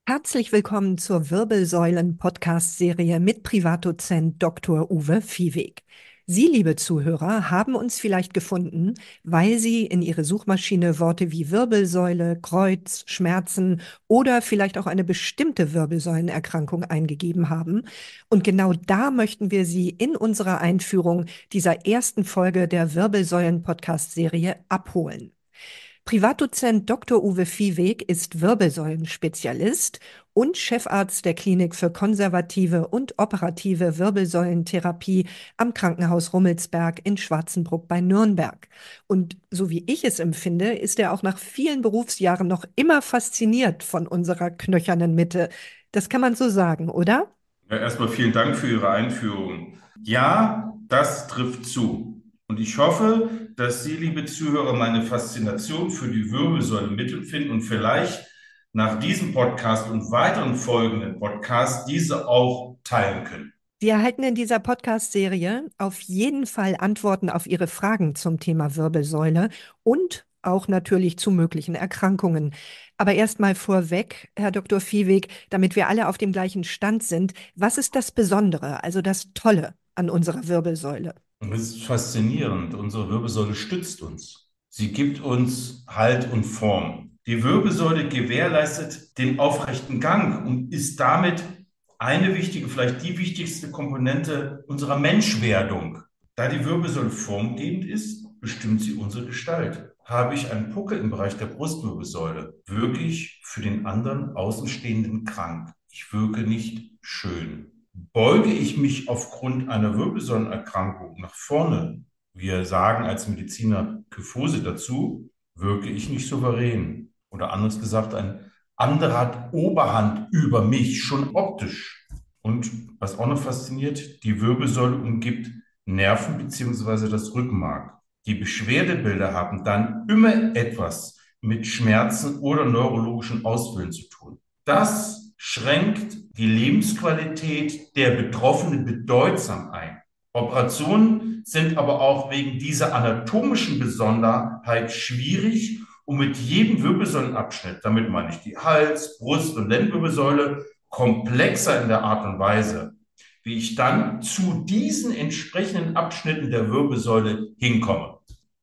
Herzlich willkommen zur Wirbelsäulen-Podcast-Serie mit Privatdozent Dr. Uwe Viehweg. Sie, liebe Zuhörer, haben uns vielleicht gefunden, weil Sie in Ihre Suchmaschine Worte wie Wirbelsäule, Kreuz, Schmerzen oder vielleicht auch eine bestimmte Wirbelsäulenerkrankung eingegeben haben. Und genau da möchten wir Sie in unserer Einführung dieser ersten Folge der Wirbelsäulen-Podcast-Serie abholen. Privatdozent Dr. Uwe Viehweg ist Wirbelsäulenspezialist und Chefarzt der Klinik für konservative und operative Wirbelsäulentherapie am Krankenhaus Rummelsberg in Schwarzenbruck bei Nürnberg. Und so wie ich es empfinde, ist er auch nach vielen Berufsjahren noch immer fasziniert von unserer knöchernen Mitte. Das kann man so sagen, oder? Ja, erstmal vielen Dank für Ihre Einführung. Ja, das trifft zu. Und ich hoffe, dass Sie, liebe Zuhörer, meine Faszination für die Wirbelsäule mitempfinden und vielleicht nach diesem Podcast und weiteren folgenden Podcasts diese auch teilen können. Sie erhalten in dieser Podcast-Serie auf jeden Fall Antworten auf Ihre Fragen zum Thema Wirbelsäule und auch natürlich zu möglichen Erkrankungen. Aber erstmal vorweg, Herr Dr. Viehweg, damit wir alle auf dem gleichen Stand sind, was ist das Besondere, also das Tolle an unserer Wirbelsäule? Und es ist faszinierend. Unsere Wirbelsäule stützt uns. Sie gibt uns Halt und Form. Die Wirbelsäule gewährleistet den aufrechten Gang und ist damit eine wichtige, vielleicht die wichtigste Komponente unserer Menschwerdung. Da die Wirbelsäule formgebend ist, bestimmt sie unsere Gestalt. Habe ich einen Puckel im Bereich der Brustwirbelsäule, wirke ich für den anderen Außenstehenden krank. Ich wirke nicht schön. Beuge ich mich aufgrund einer Wirbelsäulenerkrankung nach vorne, wir sagen als Mediziner Kyphose dazu, wirke ich nicht souverän. Oder anders gesagt, ein anderer hat Oberhand über mich, schon optisch. Und was auch noch fasziniert, die Wirbelsäule umgibt Nerven bzw. das Rückenmark. Die Beschwerdebilder haben dann immer etwas mit Schmerzen oder neurologischen Ausfällen zu tun. Das schränkt die Lebensqualität der Betroffenen bedeutsam ein. Operationen sind aber auch wegen dieser anatomischen Besonderheit schwierig und mit jedem Wirbelsäulenabschnitt, damit meine ich die Hals-, Brust- und Lendenwirbelsäule, komplexer in der Art und Weise, wie ich dann zu diesen entsprechenden Abschnitten der Wirbelsäule hinkomme.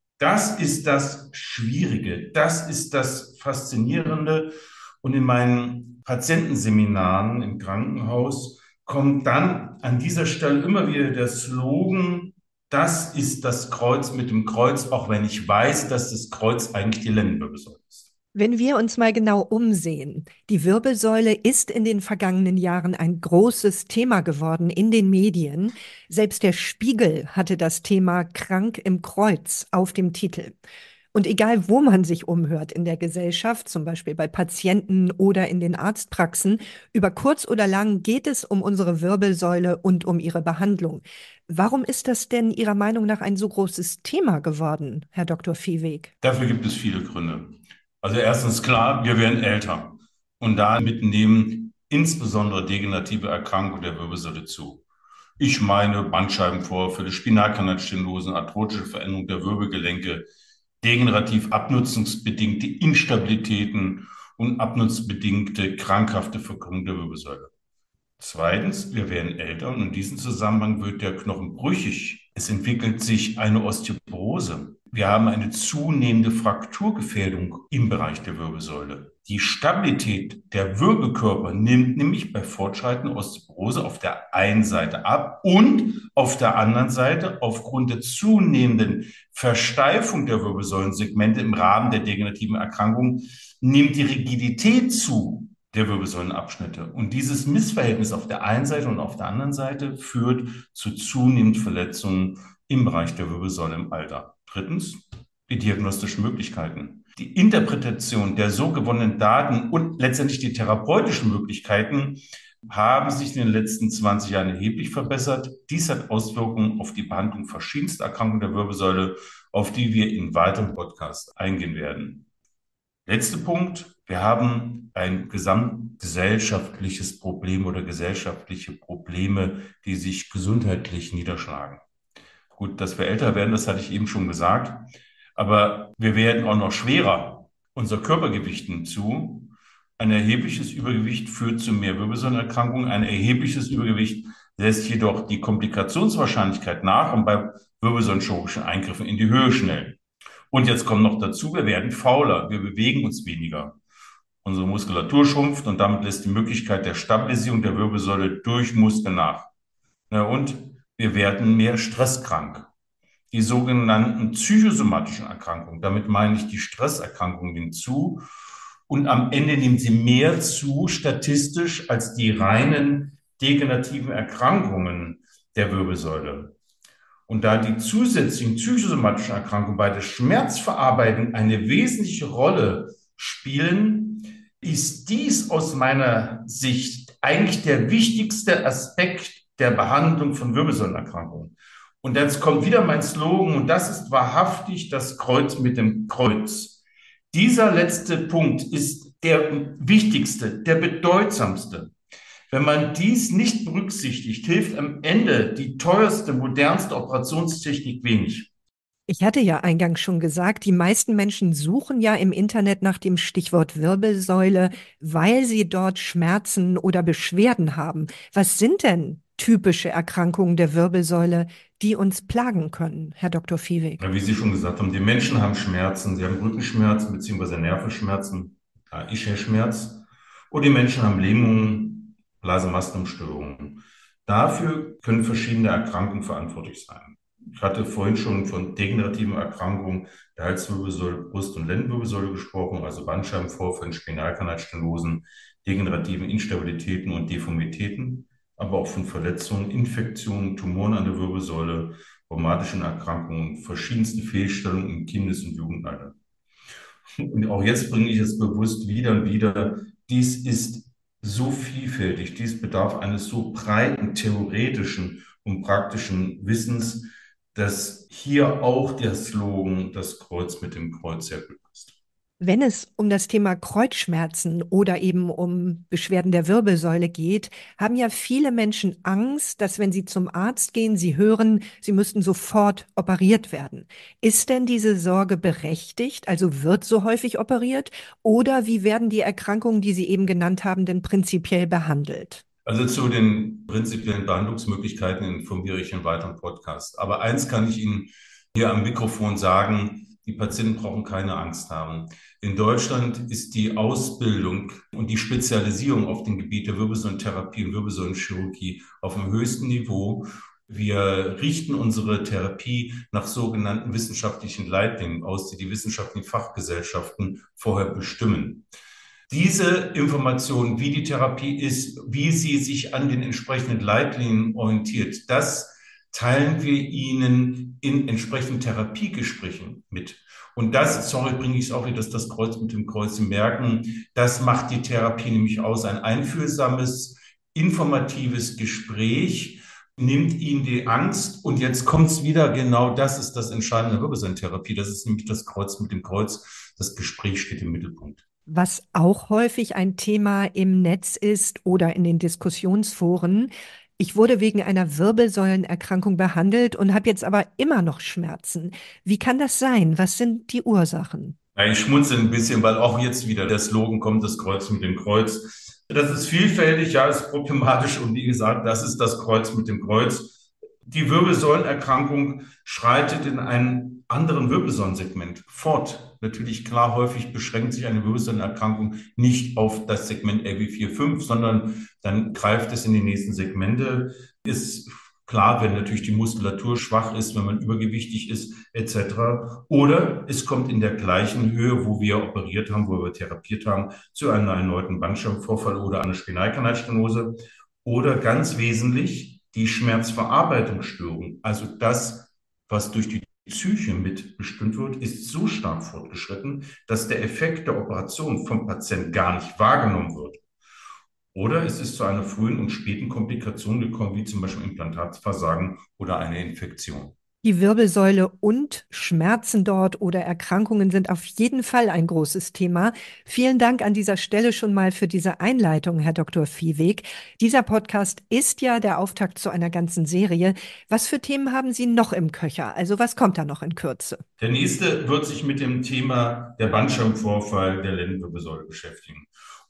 Das ist das Schwierige, das ist das Faszinierende. Und in meinen Patientenseminaren im Krankenhaus kommt dann an dieser Stelle immer wieder der Slogan, das ist das Kreuz mit dem Kreuz, auch wenn ich weiß, dass das Kreuz eigentlich die Lendenwirbelsäule ist. Wenn wir uns mal genau umsehen, die Wirbelsäule ist in den vergangenen Jahren ein großes Thema geworden in den Medien. Selbst der Spiegel hatte das Thema Krank im Kreuz auf dem Titel. Und egal, wo man sich umhört in der Gesellschaft, zum Beispiel bei Patienten oder in den Arztpraxen, über kurz oder lang geht es um unsere Wirbelsäule und um ihre Behandlung. Warum ist das denn Ihrer Meinung nach ein so großes Thema geworden, Herr Dr. Viehweg? Dafür gibt es viele Gründe. Also erstens klar, wir werden älter und damit nehmen insbesondere degenerative Erkrankungen der Wirbelsäule zu. Ich meine Bandscheibenvorfälle, Spinalkanalstenose, arthrotische Veränderung der Wirbelgelenke, degenerativ abnutzungsbedingte Instabilitäten und abnutzungsbedingte krankhafte Verkrümmung der Wirbelsäule. Zweitens, wir werden älter und in diesem Zusammenhang wird der Knochen brüchig. Es entwickelt sich eine Osteoporose. Wir haben eine zunehmende Frakturgefährdung im Bereich der Wirbelsäule. Die Stabilität der Wirbelkörper nimmt nämlich bei fortschreitender Osteoporose auf der einen Seite ab und auf der anderen Seite aufgrund der zunehmenden Versteifung der Wirbelsäulensegmente im Rahmen der degenerativen Erkrankung nimmt die Rigidität zu der Wirbelsäulenabschnitte. Und dieses Missverhältnis auf der einen Seite und auf der anderen Seite führt zu zunehmend Verletzungen im Bereich der Wirbelsäule im Alter. Drittens, die diagnostischen Möglichkeiten. Die Interpretation der so gewonnenen Daten und letztendlich die therapeutischen Möglichkeiten haben sich in den letzten 20 Jahren erheblich verbessert. Dies hat Auswirkungen auf die Behandlung verschiedenster Erkrankungen der Wirbelsäule, auf die wir in weiteren Podcasts eingehen werden. Letzter Punkt. Wir haben ein gesamtgesellschaftliches Problem oder gesellschaftliche Probleme, die sich gesundheitlich niederschlagen. Gut, dass wir älter werden, das hatte ich eben schon gesagt. Aber wir werden auch noch schwerer. Unser Körpergewicht nimmt zu. Ein erhebliches Übergewicht führt zu mehr Wirbelsäulenerkrankungen. Ein erhebliches Übergewicht lässt jedoch die Komplikationswahrscheinlichkeit nach und bei wirbelsäulenchirurgischen Eingriffen in die Höhe schnellen. Und jetzt kommt noch dazu, wir werden fauler, wir bewegen uns weniger. Unsere Muskulatur schrumpft und damit lässt die Möglichkeit der Stabilisierung der Wirbelsäule durch Muskeln nach. Ja, und wir werden mehr stresskrank. Die sogenannten psychosomatischen Erkrankungen, damit meine ich die Stresserkrankungen, nehmen zu und am Ende nehmen sie mehr zu statistisch als die reinen degenerativen Erkrankungen der Wirbelsäule. Und da die zusätzlichen psychosomatischen Erkrankungen bei der Schmerzverarbeitung eine wesentliche Rolle spielen, ist dies aus meiner Sicht eigentlich der wichtigste Aspekt der Behandlung von Wirbelsäulenerkrankungen. Und jetzt kommt wieder mein Slogan, und das ist wahrhaftig das Kreuz mit dem Kreuz. Dieser letzte Punkt ist der wichtigste, der bedeutsamste. Wenn man dies nicht berücksichtigt, hilft am Ende die teuerste, modernste Operationstechnik wenig. Ich hatte ja eingangs schon gesagt, die meisten Menschen suchen ja im Internet nach dem Stichwort Wirbelsäule, weil sie dort Schmerzen oder Beschwerden haben. Was sind denn typische Erkrankungen der Wirbelsäule, die uns plagen können, Herr Dr. Viehweg? Ja, wie Sie schon gesagt haben, die Menschen haben Schmerzen, sie haben Rückenschmerzen bzw. Nervenschmerzen, Ischiasschmerz, und die Menschen haben Lähmungen, Blasemastumstörungen. Dafür können verschiedene Erkrankungen verantwortlich sein. Ich hatte vorhin schon von degenerativen Erkrankungen der Halswirbelsäule, Brust- und Lendenwirbelsäule gesprochen, also Bandscheibenvorfällen, Spinalkanalstenosen, degenerativen Instabilitäten und Deformitäten, aber auch von Verletzungen, Infektionen, Tumoren an der Wirbelsäule, rheumatischen Erkrankungen, verschiedenste Fehlstellungen im Kindes- und Jugendalter. Und auch jetzt bringe ich es bewusst wieder und wieder, dies ist so vielfältig, dies bedarf eines so breiten theoretischen und praktischen Wissens, dass hier auch der Slogan „Das Kreuz mit dem Kreuz" sehr gut passt. Wenn es um das Thema Kreuzschmerzen oder eben um Beschwerden der Wirbelsäule geht, haben ja viele Menschen Angst, dass wenn sie zum Arzt gehen, sie hören, sie müssten sofort operiert werden. Ist denn diese Sorge berechtigt? Also wird so häufig operiert? Oder wie werden die Erkrankungen, die Sie eben genannt haben, denn prinzipiell behandelt? Also zu den prinzipiellen Behandlungsmöglichkeiten informiere ich in weiteren Podcasts. Aber eins kann ich Ihnen hier am Mikrofon sagen: Die Patienten brauchen keine Angst haben. In Deutschland ist die Ausbildung und die Spezialisierung auf dem Gebiet der Wirbelsäulentherapie und Wirbelsäulenchirurgie auf dem höchsten Niveau. Wir richten unsere Therapie nach sogenannten wissenschaftlichen Leitlinien aus, die die wissenschaftlichen Fachgesellschaften vorher bestimmen. Diese Information, wie die Therapie ist, wie sie sich an den entsprechenden Leitlinien orientiert, das teilen wir Ihnen in entsprechenden Therapiegesprächen mit. Und das, sorry, bringe ich es auch wieder, dass das Kreuz mit dem Kreuz, Sie merken, das macht die Therapie nämlich aus. Ein einfühlsames, informatives Gespräch nimmt Ihnen die Angst. Und jetzt kommt es wieder, genau das ist das Entscheidende der Wirbelsäulentherapie. Das ist nämlich das Kreuz mit dem Kreuz. Das Gespräch steht im Mittelpunkt. Was auch häufig ein Thema im Netz ist oder in den Diskussionsforen. Ich wurde wegen einer Wirbelsäulenerkrankung behandelt und habe jetzt aber immer noch Schmerzen. Wie kann das sein? Was sind die Ursachen? Ja, ich schmunzel ein bisschen, weil auch jetzt wieder der Slogan kommt: Das Kreuz mit dem Kreuz. Das ist vielfältig, ja, ist problematisch, und wie gesagt, das ist das Kreuz mit dem Kreuz. Die Wirbelsäulenerkrankung schreitet in einem anderen Wirbelsäulensegment fort. Natürlich, klar, häufig beschränkt sich eine Wirbelsäulenerkrankung nicht auf das Segment LV4-5, sondern dann greift es in die nächsten Segmente. Ist klar, wenn natürlich die Muskulatur schwach ist, wenn man übergewichtig ist, etc. Oder es kommt in der gleichen Höhe, wo wir operiert haben, wo wir therapiert haben, zu einem erneuten Bandscheibenvorfall oder einer Spinalkanalstenose. Oder ganz wesentlich die Schmerzverarbeitungsstörung, also das, was durch die Psyche mit bestimmt wird, ist so stark fortgeschritten, dass der Effekt der Operation vom Patienten gar nicht wahrgenommen wird. Oder es ist zu einer frühen und späten Komplikation gekommen, wie zum Beispiel Implantatsversagen oder eine Infektion. Die Wirbelsäule und Schmerzen dort oder Erkrankungen sind auf jeden Fall ein großes Thema. Vielen Dank an dieser Stelle schon mal für diese Einleitung, Herr Dr. Viehweg. Dieser Podcast ist ja der Auftakt zu einer ganzen Serie. Was für Themen haben Sie noch im Köcher? Also was kommt da noch in Kürze? Der nächste wird sich mit dem Thema der Bandscheibenvorfall der Lendenwirbelsäule beschäftigen.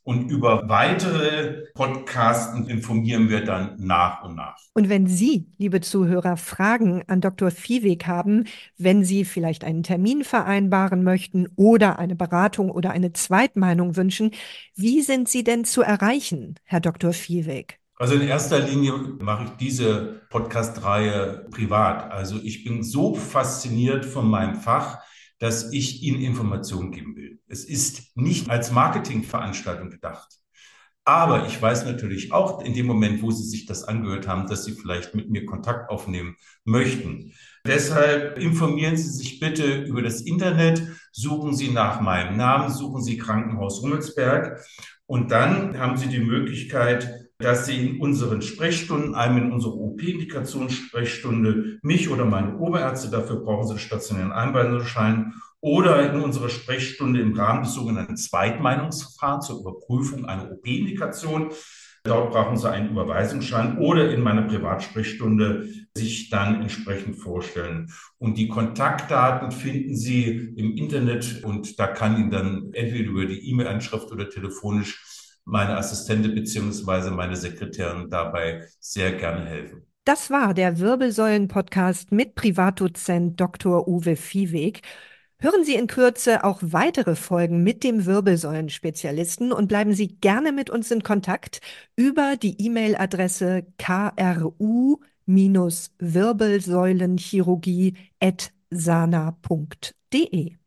Und über weitere Podcasts informieren wir dann nach und nach. Und wenn Sie, liebe Zuhörer, Fragen an Dr. Viehweg haben, wenn Sie vielleicht einen Termin vereinbaren möchten oder eine Beratung oder eine Zweitmeinung wünschen, wie sind Sie denn zu erreichen, Herr Dr. Viehweg? Also in erster Linie mache ich diese Podcast-Reihe privat. Also ich bin so fasziniert von meinem Fach, dass ich Ihnen Informationen geben will. Es ist nicht als Marketingveranstaltung gedacht. Aber ich weiß natürlich auch in dem Moment, wo Sie sich das angehört haben, dass Sie vielleicht mit mir Kontakt aufnehmen möchten. Deshalb informieren Sie sich bitte über das Internet, suchen Sie nach meinem Namen, suchen Sie Krankenhaus Rummelsberg und dann haben Sie die Möglichkeit, dass Sie in unseren Sprechstunden, einmal in unserer OP-Indikationssprechstunde, mich oder meine Oberärzte, dafür brauchen Sie einen stationären Einweisungsschein, oder in unserer Sprechstunde im Rahmen des sogenannten Zweitmeinungsverfahrens zur Überprüfung einer OP-Indikation. Dort brauchen Sie einen Überweisungsschein oder in meiner Privatsprechstunde sich dann entsprechend vorstellen. Und die Kontaktdaten finden Sie im Internet und da kann Ihnen dann entweder über die E-Mail-Anschrift oder telefonisch meine Assistentin beziehungsweise meine Sekretärin dabei sehr gerne helfen. Das war der Wirbelsäulen-Podcast mit Privatdozent Dr. Uwe Viehweg. Hören Sie in Kürze auch weitere Folgen mit dem Wirbelsäulenspezialisten und bleiben Sie gerne mit uns in Kontakt über die E-Mail-Adresse kru-wirbelsäulenchirurgie@sana.de.